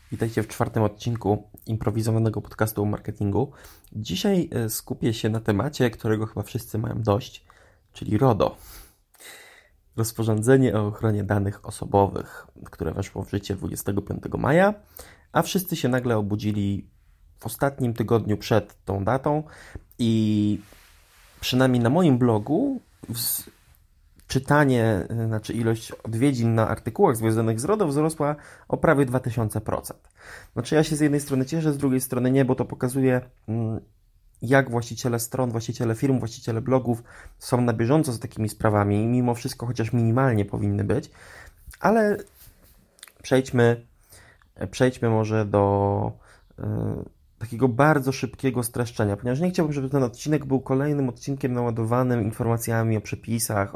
Witajcie w czwartym odcinku improwizowanego podcastu o marketingu. Dzisiaj skupię się na temacie, którego chyba wszyscy mają dość, czyli RODO. Rozporządzenie o ochronie danych osobowych, które weszło w życie 25 maja, a wszyscy się nagle obudzili w ostatnim tygodniu przed tą datą i przynajmniej na moim blogu ilość odwiedzin na artykułach związanych z RODO wzrosła o prawie 2000%. Znaczy ja się z jednej strony cieszę, z drugiej strony nie, bo to pokazuje, jak właściciele stron, właściciele firm, właściciele blogów są na bieżąco z takimi sprawami, mimo wszystko chociaż minimalnie powinny być, ale przejdźmy może do takiego bardzo szybkiego streszczenia, ponieważ nie chciałbym, żeby ten odcinek był kolejnym odcinkiem naładowanym informacjami o przepisach,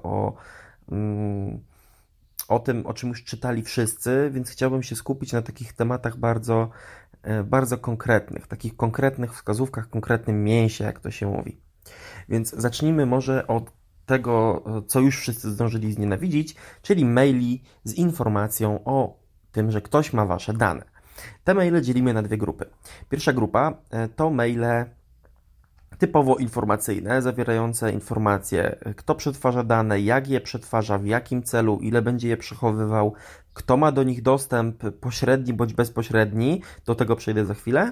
o tym, o czym już czytali wszyscy, więc chciałbym się skupić na takich tematach bardzo, bardzo konkretnych, takich konkretnych wskazówkach, konkretnym mięsie, jak to się mówi. Więc zacznijmy może od tego, co już wszyscy zdążyli znienawidzić, czyli maili z informacją o tym, że ktoś ma wasze dane. Te maile dzielimy na dwie grupy. Pierwsza grupa to maile typowo informacyjne, zawierające informacje, kto przetwarza dane, jak je przetwarza, w jakim celu, ile będzie je przechowywał, kto ma do nich dostęp pośredni bądź bezpośredni, do tego przejdę za chwilę.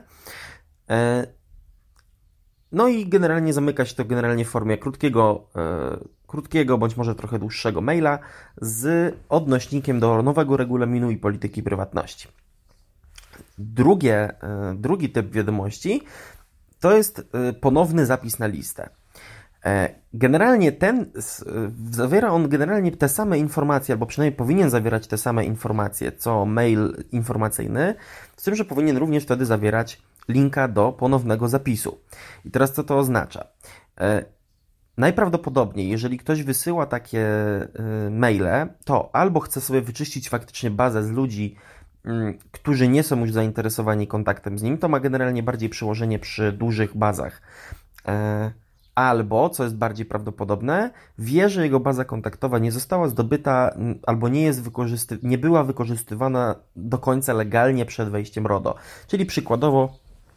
No i generalnie zamyka się to w formie krótkiego bądź może trochę dłuższego maila z odnośnikiem do nowego regulaminu i polityki prywatności. Drugi typ wiadomości to jest ponowny zapis na listę. Generalnie zawiera on te same informacje, albo przynajmniej powinien zawierać te same informacje, co mail informacyjny, z tym, że powinien również wtedy zawierać linka do ponownego zapisu. I teraz co to oznacza? Najprawdopodobniej, jeżeli ktoś wysyła takie maile, to albo chce sobie wyczyścić faktycznie bazę z ludzi, którzy nie są już zainteresowani kontaktem z nim, to ma generalnie bardziej przełożenie przy dużych bazach. Albo, co jest bardziej prawdopodobne, wie, że jego baza kontaktowa nie została zdobyta albo nie była wykorzystywana do końca legalnie przed wejściem RODO. Czyli przykładowo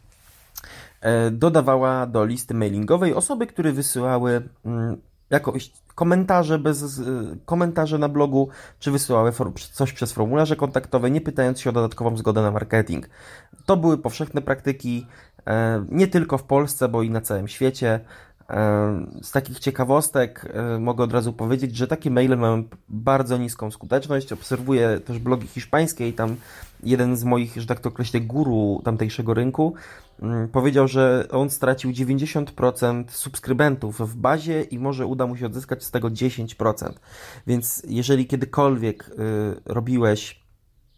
dodawała do listy mailingowej osoby, które wysyłały jakoś komentarze na blogu, czy wysyłały coś przez formularze kontaktowe, nie pytając się o dodatkową zgodę na marketing. To były powszechne praktyki, nie tylko w Polsce, bo i na całym świecie. Z takich ciekawostek mogę od razu powiedzieć, że takie maile mają bardzo niską skuteczność. Obserwuję też blogi hiszpańskie i tam jeden z moich, że tak to określę, guru tamtejszego rynku powiedział, że on stracił 90% subskrybentów w bazie i może uda mu się odzyskać z tego 10%. Więc jeżeli kiedykolwiek robiłeś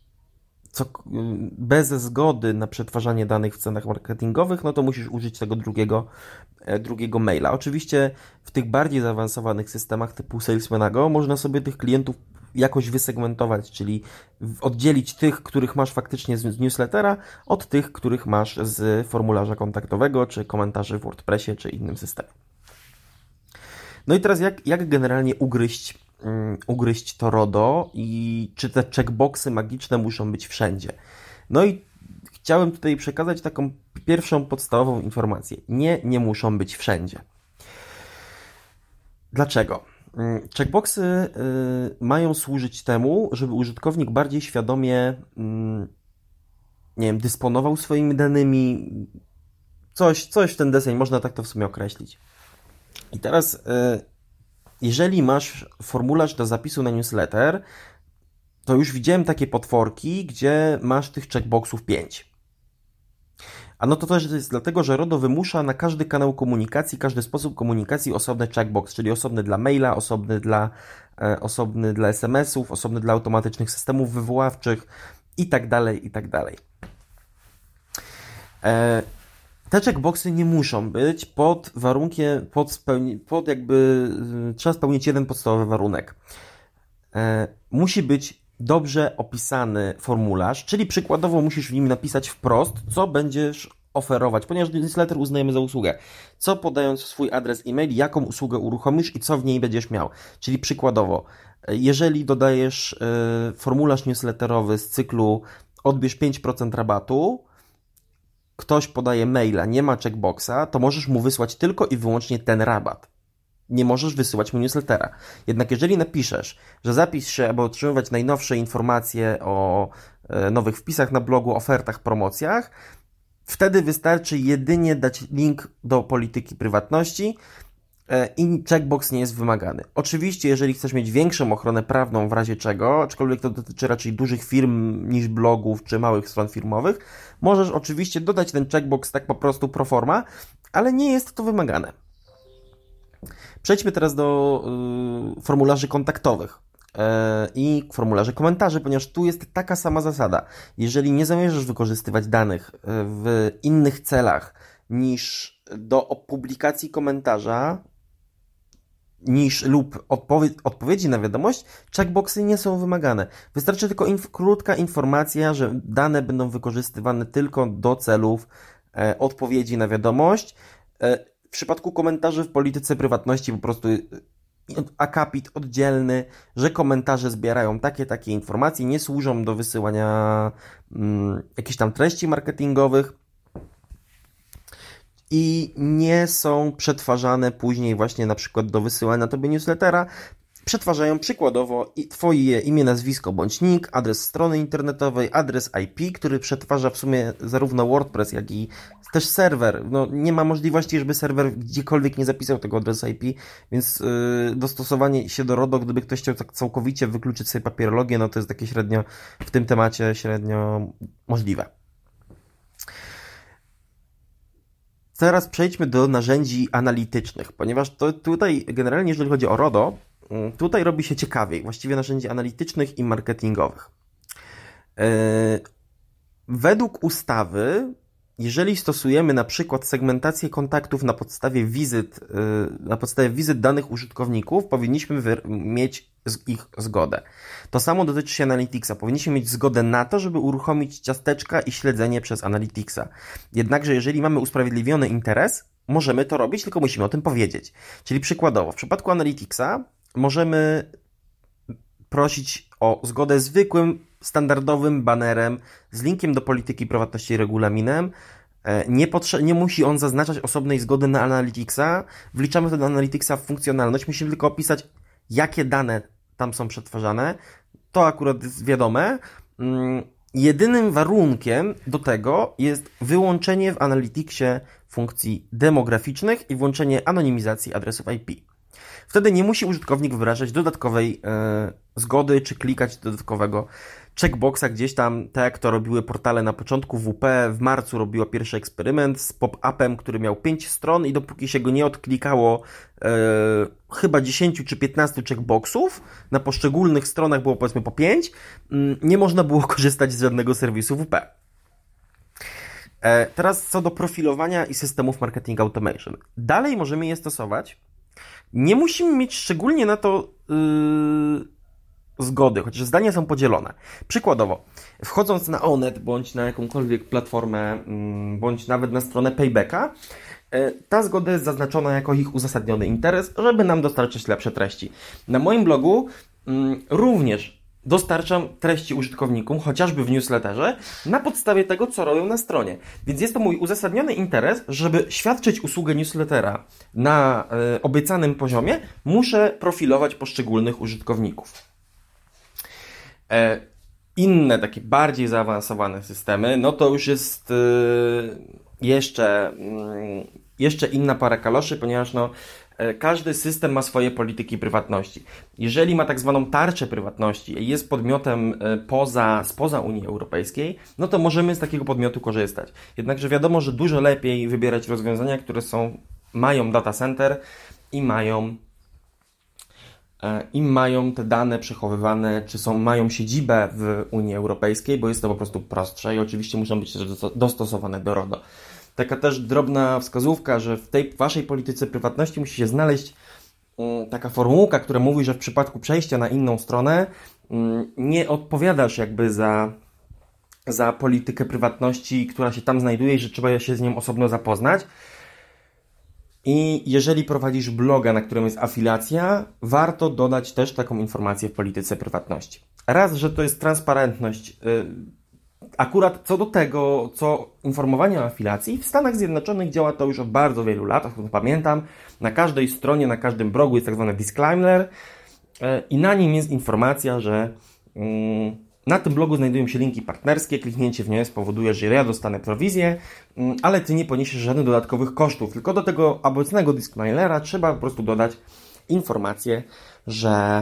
bez zgody na przetwarzanie danych w cenach marketingowych, no to musisz użyć tego drugiego maila. Oczywiście w tych bardziej zaawansowanych systemach typu Salesmanago można sobie tych klientów jakoś wysegmentować, czyli oddzielić tych, których masz faktycznie z newslettera, od tych, których masz z formularza kontaktowego, czy komentarzy w WordPressie, czy innym systemie. No i teraz jak generalnie ugryźć to RODO i czy te checkboxy magiczne muszą być wszędzie? No i chciałem tutaj przekazać taką pierwszą podstawową informację. Nie muszą być wszędzie. Dlaczego? Checkboxy mają służyć temu, żeby użytkownik bardziej świadomie dysponował swoimi danymi. Coś w ten deseń, można tak to w sumie określić. I teraz jeżeli masz formularz do zapisu na newsletter, to już widziałem takie potworki, gdzie masz tych checkboxów 5. A no to też jest dlatego, że RODO wymusza na każdy kanał komunikacji, każdy sposób komunikacji osobny checkbox, czyli osobny dla maila, osobny dla SMS-ów, osobny dla automatycznych systemów wywoławczych i tak dalej. Te checkboxy nie muszą być pod warunkiem, trzeba spełnić jeden podstawowy warunek. Musi być dobrze opisany formularz, czyli przykładowo musisz w nim napisać wprost, co będziesz oferować, ponieważ newsletter uznajemy za usługę. Co podając swój adres e-mail, jaką usługę uruchomisz i co w niej będziesz miał. Czyli przykładowo, jeżeli dodajesz formularz newsletterowy z cyklu odbierz 5% rabatu, ktoś podaje maila, nie ma checkboxa, to możesz mu wysłać tylko i wyłącznie ten rabat. Nie możesz wysyłać mu newslettera. Jednak jeżeli napiszesz, że zapisz się, aby otrzymywać najnowsze informacje o nowych wpisach na blogu, ofertach, promocjach, wtedy wystarczy jedynie dać link do polityki prywatności i checkbox nie jest wymagany. Oczywiście, jeżeli chcesz mieć większą ochronę prawną w razie czego, aczkolwiek to dotyczy raczej dużych firm niż blogów czy małych stron firmowych, możesz oczywiście dodać ten checkbox tak po prostu pro forma, ale nie jest to wymagane. Przejdźmy teraz do formularzy kontaktowych i formularzy komentarzy, ponieważ tu jest taka sama zasada. Jeżeli nie zamierzasz wykorzystywać danych w innych celach niż do publikacji komentarza lub odpowiedzi na wiadomość, checkboxy nie są wymagane. Wystarczy tylko krótka informacja, że dane będą wykorzystywane tylko do celów odpowiedzi na wiadomość. W przypadku komentarzy w polityce prywatności po prostu akapit oddzielny, że komentarze zbierają takie informacje, nie służą do wysyłania jakichś tam treści marketingowych i nie są przetwarzane później właśnie na przykład do wysyłania tobie newslettera. Przetwarzają przykładowo twoje imię, nazwisko bądź nick, adres strony internetowej, adres IP, który przetwarza w sumie zarówno WordPress, jak i też serwer. No, nie ma możliwości, żeby serwer gdziekolwiek nie zapisał tego adresu IP, więc dostosowanie się do RODO, gdyby ktoś chciał tak całkowicie wykluczyć sobie papierologię, no to jest takie średnio w tym temacie możliwe. Teraz przejdźmy do narzędzi analitycznych, ponieważ to tutaj generalnie, jeżeli chodzi o RODO, tutaj robi się ciekawiej, właściwie narzędzi analitycznych i marketingowych. Według ustawy, jeżeli stosujemy na przykład segmentację kontaktów na podstawie wizyt danych użytkowników, powinniśmy mieć ich zgodę. To samo dotyczy się Analyticsa. Powinniśmy mieć zgodę na to, żeby uruchomić ciasteczka i śledzenie przez Analyticsa. Jednakże jeżeli mamy usprawiedliwiony interes, możemy to robić, tylko musimy o tym powiedzieć. Czyli przykładowo, w przypadku Analyticsa możemy prosić o zgodę zwykłym, standardowym banerem z linkiem do polityki prywatności i regulaminem. Nie musi on zaznaczać osobnej zgody na Analyticsa. Wliczamy wtedy do Analyticsa w funkcjonalność. Musimy tylko opisać, jakie dane tam są przetwarzane. To akurat jest wiadome. Jedynym warunkiem do tego jest wyłączenie w Analyticsie funkcji demograficznych i włączenie anonimizacji adresów IP. Wtedy nie musi użytkownik wyrażać dodatkowej zgody, czy klikać dodatkowego checkboxa gdzieś tam, tak jak to robiły portale na początku. WP w marcu robiło pierwszy eksperyment z pop-upem, który miał 5 stron i dopóki się go nie odklikało chyba 10 czy 15 checkboxów, na poszczególnych stronach było powiedzmy po 5, nie można było korzystać z żadnego serwisu WP. Teraz co do profilowania i systemów marketing automation. Dalej możemy je stosować. Nie musimy mieć szczególnie na to zgody, chociaż zdania są podzielone. Przykładowo, wchodząc na Onet, bądź na jakąkolwiek platformę, bądź nawet na stronę Paybacka, ta zgoda jest zaznaczona jako ich uzasadniony interes, żeby nam dostarczyć lepsze treści. Na moim blogu również dostarczam treści użytkownikom, chociażby w newsletterze, na podstawie tego, co robią na stronie. Więc jest to mój uzasadniony interes, żeby świadczyć usługę newslettera na obiecanym poziomie, muszę profilować poszczególnych użytkowników. Inne, takie bardziej zaawansowane systemy, no to już jest jeszcze inna para kaloszy, ponieważ każdy system ma swoje polityki prywatności. Jeżeli ma tak zwaną tarczę prywatności i jest podmiotem spoza Unii Europejskiej, no to możemy z takiego podmiotu korzystać. Jednakże wiadomo, że dużo lepiej wybierać rozwiązania, które mają data center i mają te dane przechowywane, czy mają siedzibę w Unii Europejskiej, bo jest to po prostu prostsze i oczywiście muszą być też dostosowane do RODO. Taka też drobna wskazówka, że w tej waszej polityce prywatności musi się znaleźć taka formułka, która mówi, że w przypadku przejścia na inną stronę nie odpowiadasz jakby za politykę prywatności, która się tam znajduje i że trzeba się z nią osobno zapoznać. I jeżeli prowadzisz bloga, na którym jest afiliacja, warto dodać też taką informację w polityce prywatności. Raz, że to jest transparentność akurat co do tego, co informowanie o afiliacji, w Stanach Zjednoczonych działa to już od bardzo wielu lat, o którym pamiętam. Na każdej stronie, na każdym blogu jest tak zwany disclaimer i na nim jest informacja, że na tym blogu znajdują się linki partnerskie, kliknięcie w nie spowoduje, że ja dostanę prowizję, ale Ty nie poniesiesz żadnych dodatkowych kosztów. Tylko do tego obecnego disclaimera trzeba po prostu dodać informację, że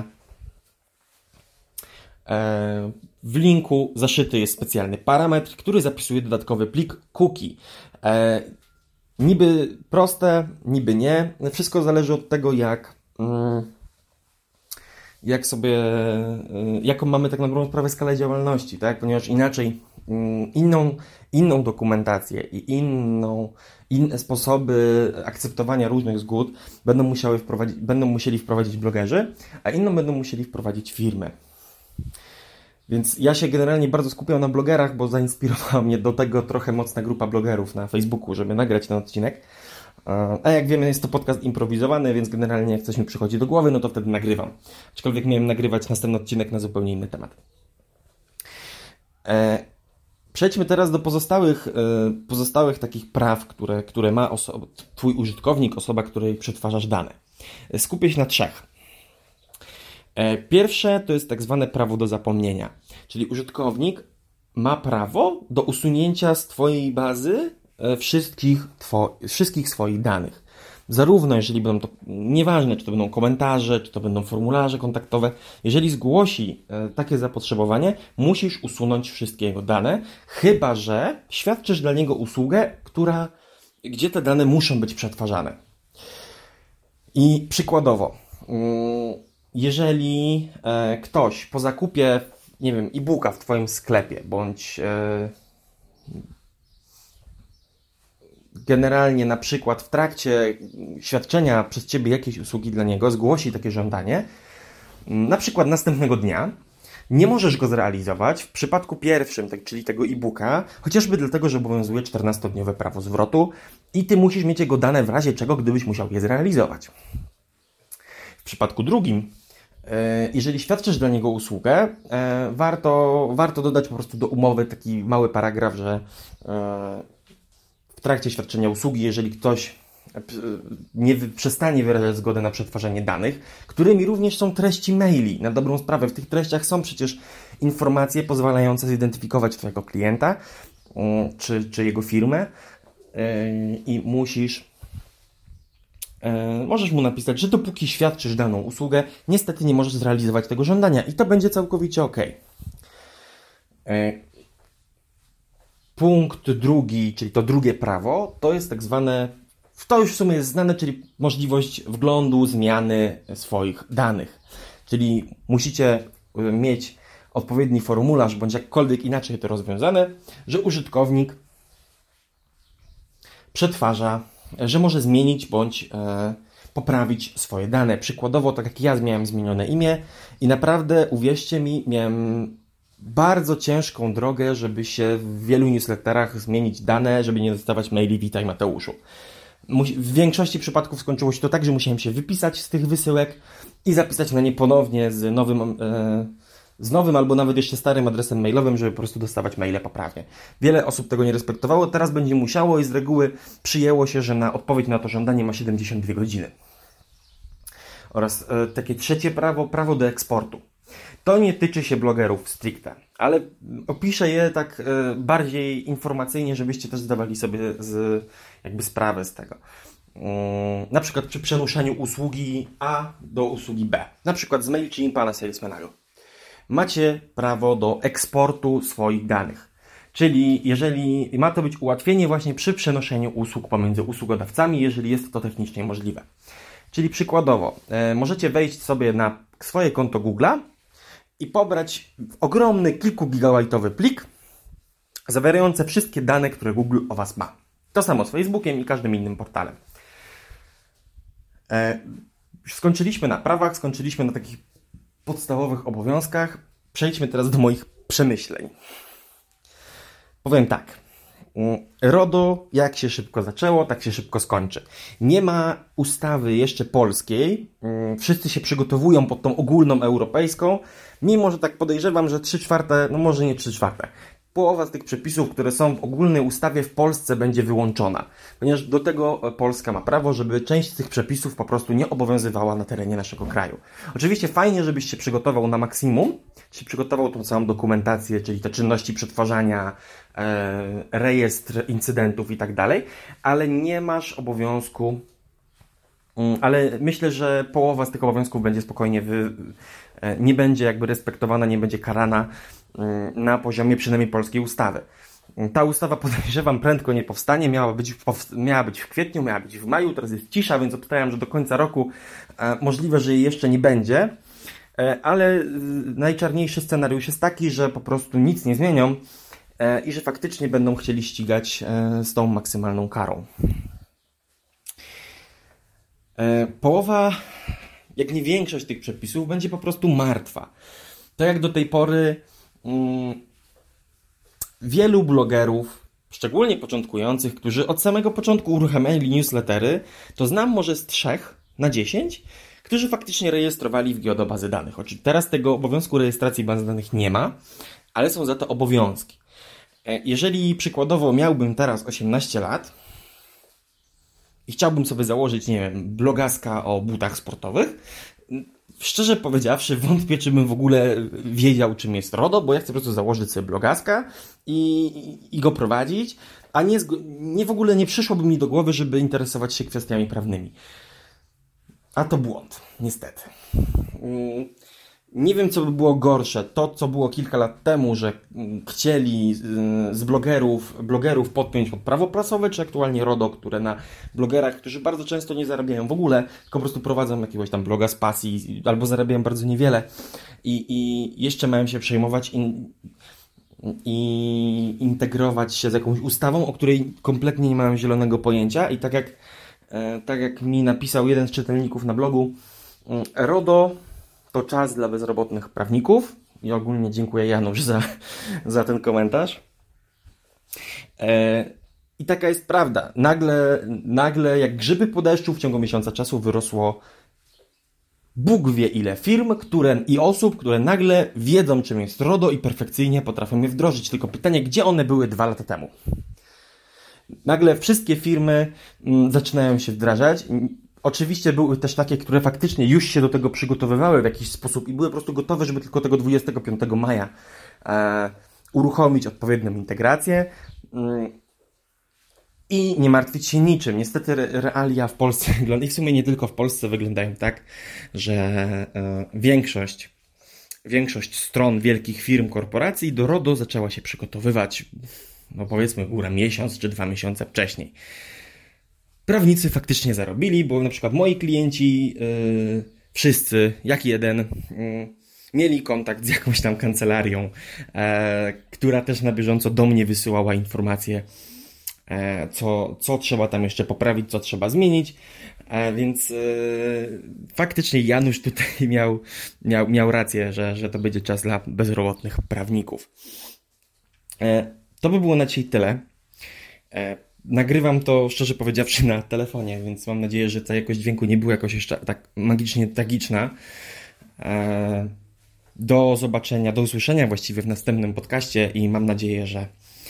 w linku zaszyty jest specjalny parametr, który zapisuje dodatkowy plik cookie. Niby proste, niby nie. Wszystko zależy od tego, jaką mamy tak na dobrą sprawę skalę działalności, tak? Ponieważ inaczej inną dokumentację i inne sposoby akceptowania różnych zgód będą musieli wprowadzić blogerzy, a inną będą musieli wprowadzić firmy. Więc ja się generalnie bardzo skupiam na blogerach, bo zainspirowała mnie do tego trochę mocna grupa blogerów na Facebooku, żeby nagrać ten odcinek. A jak wiemy, jest to podcast improwizowany, więc generalnie jak coś mi przychodzi do głowy, no to wtedy nagrywam. Aczkolwiek miałem nagrywać następny odcinek na zupełnie inny temat. Przejdźmy teraz do pozostałych takich praw, które ma Twój użytkownik, osoba, której przetwarzasz dane. Skupię się na 3. Pierwsze to jest tak zwane prawo do zapomnienia, czyli użytkownik ma prawo do usunięcia z Twojej bazy wszystkich swoich danych. Zarówno jeżeli będą to, nieważne czy to będą komentarze, czy to będą formularze kontaktowe, jeżeli zgłosi takie zapotrzebowanie, musisz usunąć wszystkie jego dane, chyba że świadczysz dla niego usługę, gdzie te dane muszą być przetwarzane. I przykładowo, jeżeli ktoś po zakupie, nie wiem, e-booka w Twoim sklepie, bądź generalnie na przykład w trakcie świadczenia przez Ciebie jakiejś usługi dla niego zgłosi takie żądanie, na przykład następnego dnia, nie możesz go zrealizować w przypadku pierwszym, czyli tego e-booka, chociażby dlatego, że obowiązuje 14-dniowe prawo zwrotu i Ty musisz mieć jego dane w razie czego, gdybyś musiał je zrealizować. W przypadku drugim, jeżeli świadczysz dla niego usługę, warto dodać po prostu do umowy taki mały paragraf, że w trakcie świadczenia usługi, jeżeli ktoś nie przestanie wyrażać zgody na przetwarzanie danych, którymi również są treści maili. Na dobrą sprawę, w tych treściach są przecież informacje pozwalające zidentyfikować Twojego klienta czy jego firmę i możesz mu napisać, że dopóki świadczysz daną usługę, niestety nie możesz zrealizować tego żądania i to będzie całkowicie ok. Punkt drugi, czyli to drugie prawo, to jest tak zwane, to już w sumie jest znane, czyli możliwość wglądu, zmiany swoich danych. Czyli musicie mieć odpowiedni formularz, bądź jakkolwiek inaczej to rozwiązane, że użytkownik przetwarza, że może zmienić bądź poprawić swoje dane. Przykładowo, tak jak ja miałem zmienione imię i naprawdę, uwierzcie mi, miałem bardzo ciężką drogę, żeby się w wielu newsletterach zmienić dane, żeby nie dostawać maili "Witaj Mateuszu". W większości przypadków skończyło się to tak, że musiałem się wypisać z tych wysyłek i zapisać na nie ponownie z nowym albo nawet jeszcze starym adresem mailowym, żeby po prostu dostawać maile poprawnie. Wiele osób tego nie respektowało, teraz będzie musiało i z reguły przyjęło się, że na odpowiedź na to żądanie ma 72 godziny. Oraz takie trzecie prawo do eksportu. To nie tyczy się blogerów stricte, ale opiszę je tak bardziej informacyjnie, żebyście też zdawali sobie sprawę z tego. Na przykład przy przenoszeniu usługi A do usługi B. Na przykład z MailChimpa na Salesmanago. Macie prawo do eksportu swoich danych. Czyli jeżeli ma to być ułatwienie właśnie przy przenoszeniu usług pomiędzy usługodawcami, jeżeli jest to technicznie możliwe. Czyli przykładowo, możecie wejść sobie na swoje konto Google'a i pobrać ogromny kilkugigabajtowy plik zawierający wszystkie dane, które Google o Was ma. To samo z Facebookiem i każdym innym portalem. Skończyliśmy na prawach, skończyliśmy na takich podstawowych obowiązkach. Przejdźmy teraz do moich przemyśleń. Powiem tak. RODO, jak się szybko zaczęło, tak się szybko skończy. Nie ma ustawy jeszcze polskiej. Wszyscy się przygotowują pod tą ogólną europejską, mimo że tak podejrzewam, że 3/4, no może nie 3/4, połowa z tych przepisów, które są w ogólnej ustawie w Polsce, będzie wyłączona. Ponieważ do tego Polska ma prawo, żeby część z tych przepisów po prostu nie obowiązywała na terenie naszego kraju. Oczywiście fajnie, żebyś się przygotował na maksimum, czy przygotował tą całą dokumentację, czyli te czynności przetwarzania, rejestr incydentów i tak dalej, ale nie masz obowiązku, ale myślę, że połowa z tych obowiązków będzie spokojnie nie będzie jakby respektowana, nie będzie karana na poziomie przynajmniej polskiej ustawy. Ta ustawa, podejrzewam, prędko nie powstanie, miała być w kwietniu, miała być w maju, teraz jest cisza, więc obstawiam, że do końca roku możliwe, że jej jeszcze nie będzie, ale najczarniejszy scenariusz jest taki, że po prostu nic nie zmienią i że faktycznie będą chcieli ścigać z tą maksymalną karą. Połowa, jak nie większość tych przepisów, będzie po prostu martwa. Tak jak do tej pory wielu blogerów, szczególnie początkujących, którzy od samego początku uruchamiali newslettery, to znam może z 3 na 10, którzy faktycznie rejestrowali w GIODO bazy danych. Teraz tego obowiązku rejestracji bazy danych nie ma, ale są za to obowiązki. Jeżeli przykładowo miałbym teraz 18 lat i chciałbym sobie założyć, nie wiem, blogaska o butach sportowych, szczerze powiedziawszy, wątpię, czy bym w ogóle wiedział, czym jest RODO, bo ja chcę po prostu założyć sobie blogaska i go prowadzić, a w ogóle nie przyszłoby mi do głowy, żeby interesować się kwestiami prawnymi. A to błąd, niestety. Nie wiem, co by było gorsze. To, co było kilka lat temu, że chcieli z blogerów podpiąć pod prawo prasowe, czy aktualnie RODO, które na blogerach, którzy bardzo często nie zarabiają w ogóle, tylko po prostu prowadzą jakiegoś tam bloga z pasji, albo zarabiają bardzo niewiele i jeszcze mają się przejmować i integrować się z jakąś ustawą, o której kompletnie nie mają zielonego pojęcia. I tak jak mi napisał jeden z czytelników na blogu, RODO to czas dla bezrobotnych prawników. I ogólnie dziękuję Janusz za ten komentarz. I taka jest prawda. Nagle jak grzyby po deszczu w ciągu miesiąca czasu wyrosło Bóg wie ile firm i osób, które nagle wiedzą, czym jest RODO i perfekcyjnie potrafią je wdrożyć. Tylko pytanie, gdzie one były 2 lata temu? Nagle wszystkie firmy zaczynają się wdrażać. Oczywiście były też takie, które faktycznie już się do tego przygotowywały w jakiś sposób i były po prostu gotowe, żeby tylko tego 25 maja uruchomić odpowiednią integrację i nie martwić się niczym. Niestety realia w Polsce i w sumie nie tylko w Polsce wyglądają tak, że większość stron wielkich firm, korporacji do RODO zaczęła się przygotowywać, no powiedzmy górę miesiąc czy 2 miesiące wcześniej. Prawnicy faktycznie zarobili, bo na przykład moi klienci, wszyscy, jak jeden, mieli kontakt z jakąś tam kancelarią, która też na bieżąco do mnie wysyłała informacje, co trzeba tam jeszcze poprawić, co trzeba zmienić, więc faktycznie Janusz tutaj miał rację, że to będzie czas dla bezrobotnych prawników. To by było na dzisiaj tyle. Nagrywam to, szczerze powiedziawszy, na telefonie, więc mam nadzieję, że ta jakość dźwięku nie była jakoś jeszcze tak magicznie tragiczna. Do zobaczenia, do usłyszenia właściwie w następnym podcaście i mam nadzieję, że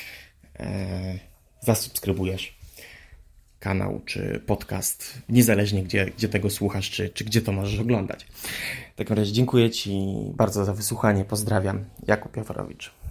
zasubskrybujesz kanał czy podcast, niezależnie gdzie tego słuchasz, czy gdzie to możesz oglądać. W takim razie dziękuję Ci bardzo za wysłuchanie. Pozdrawiam. Jakub Jaworowicz.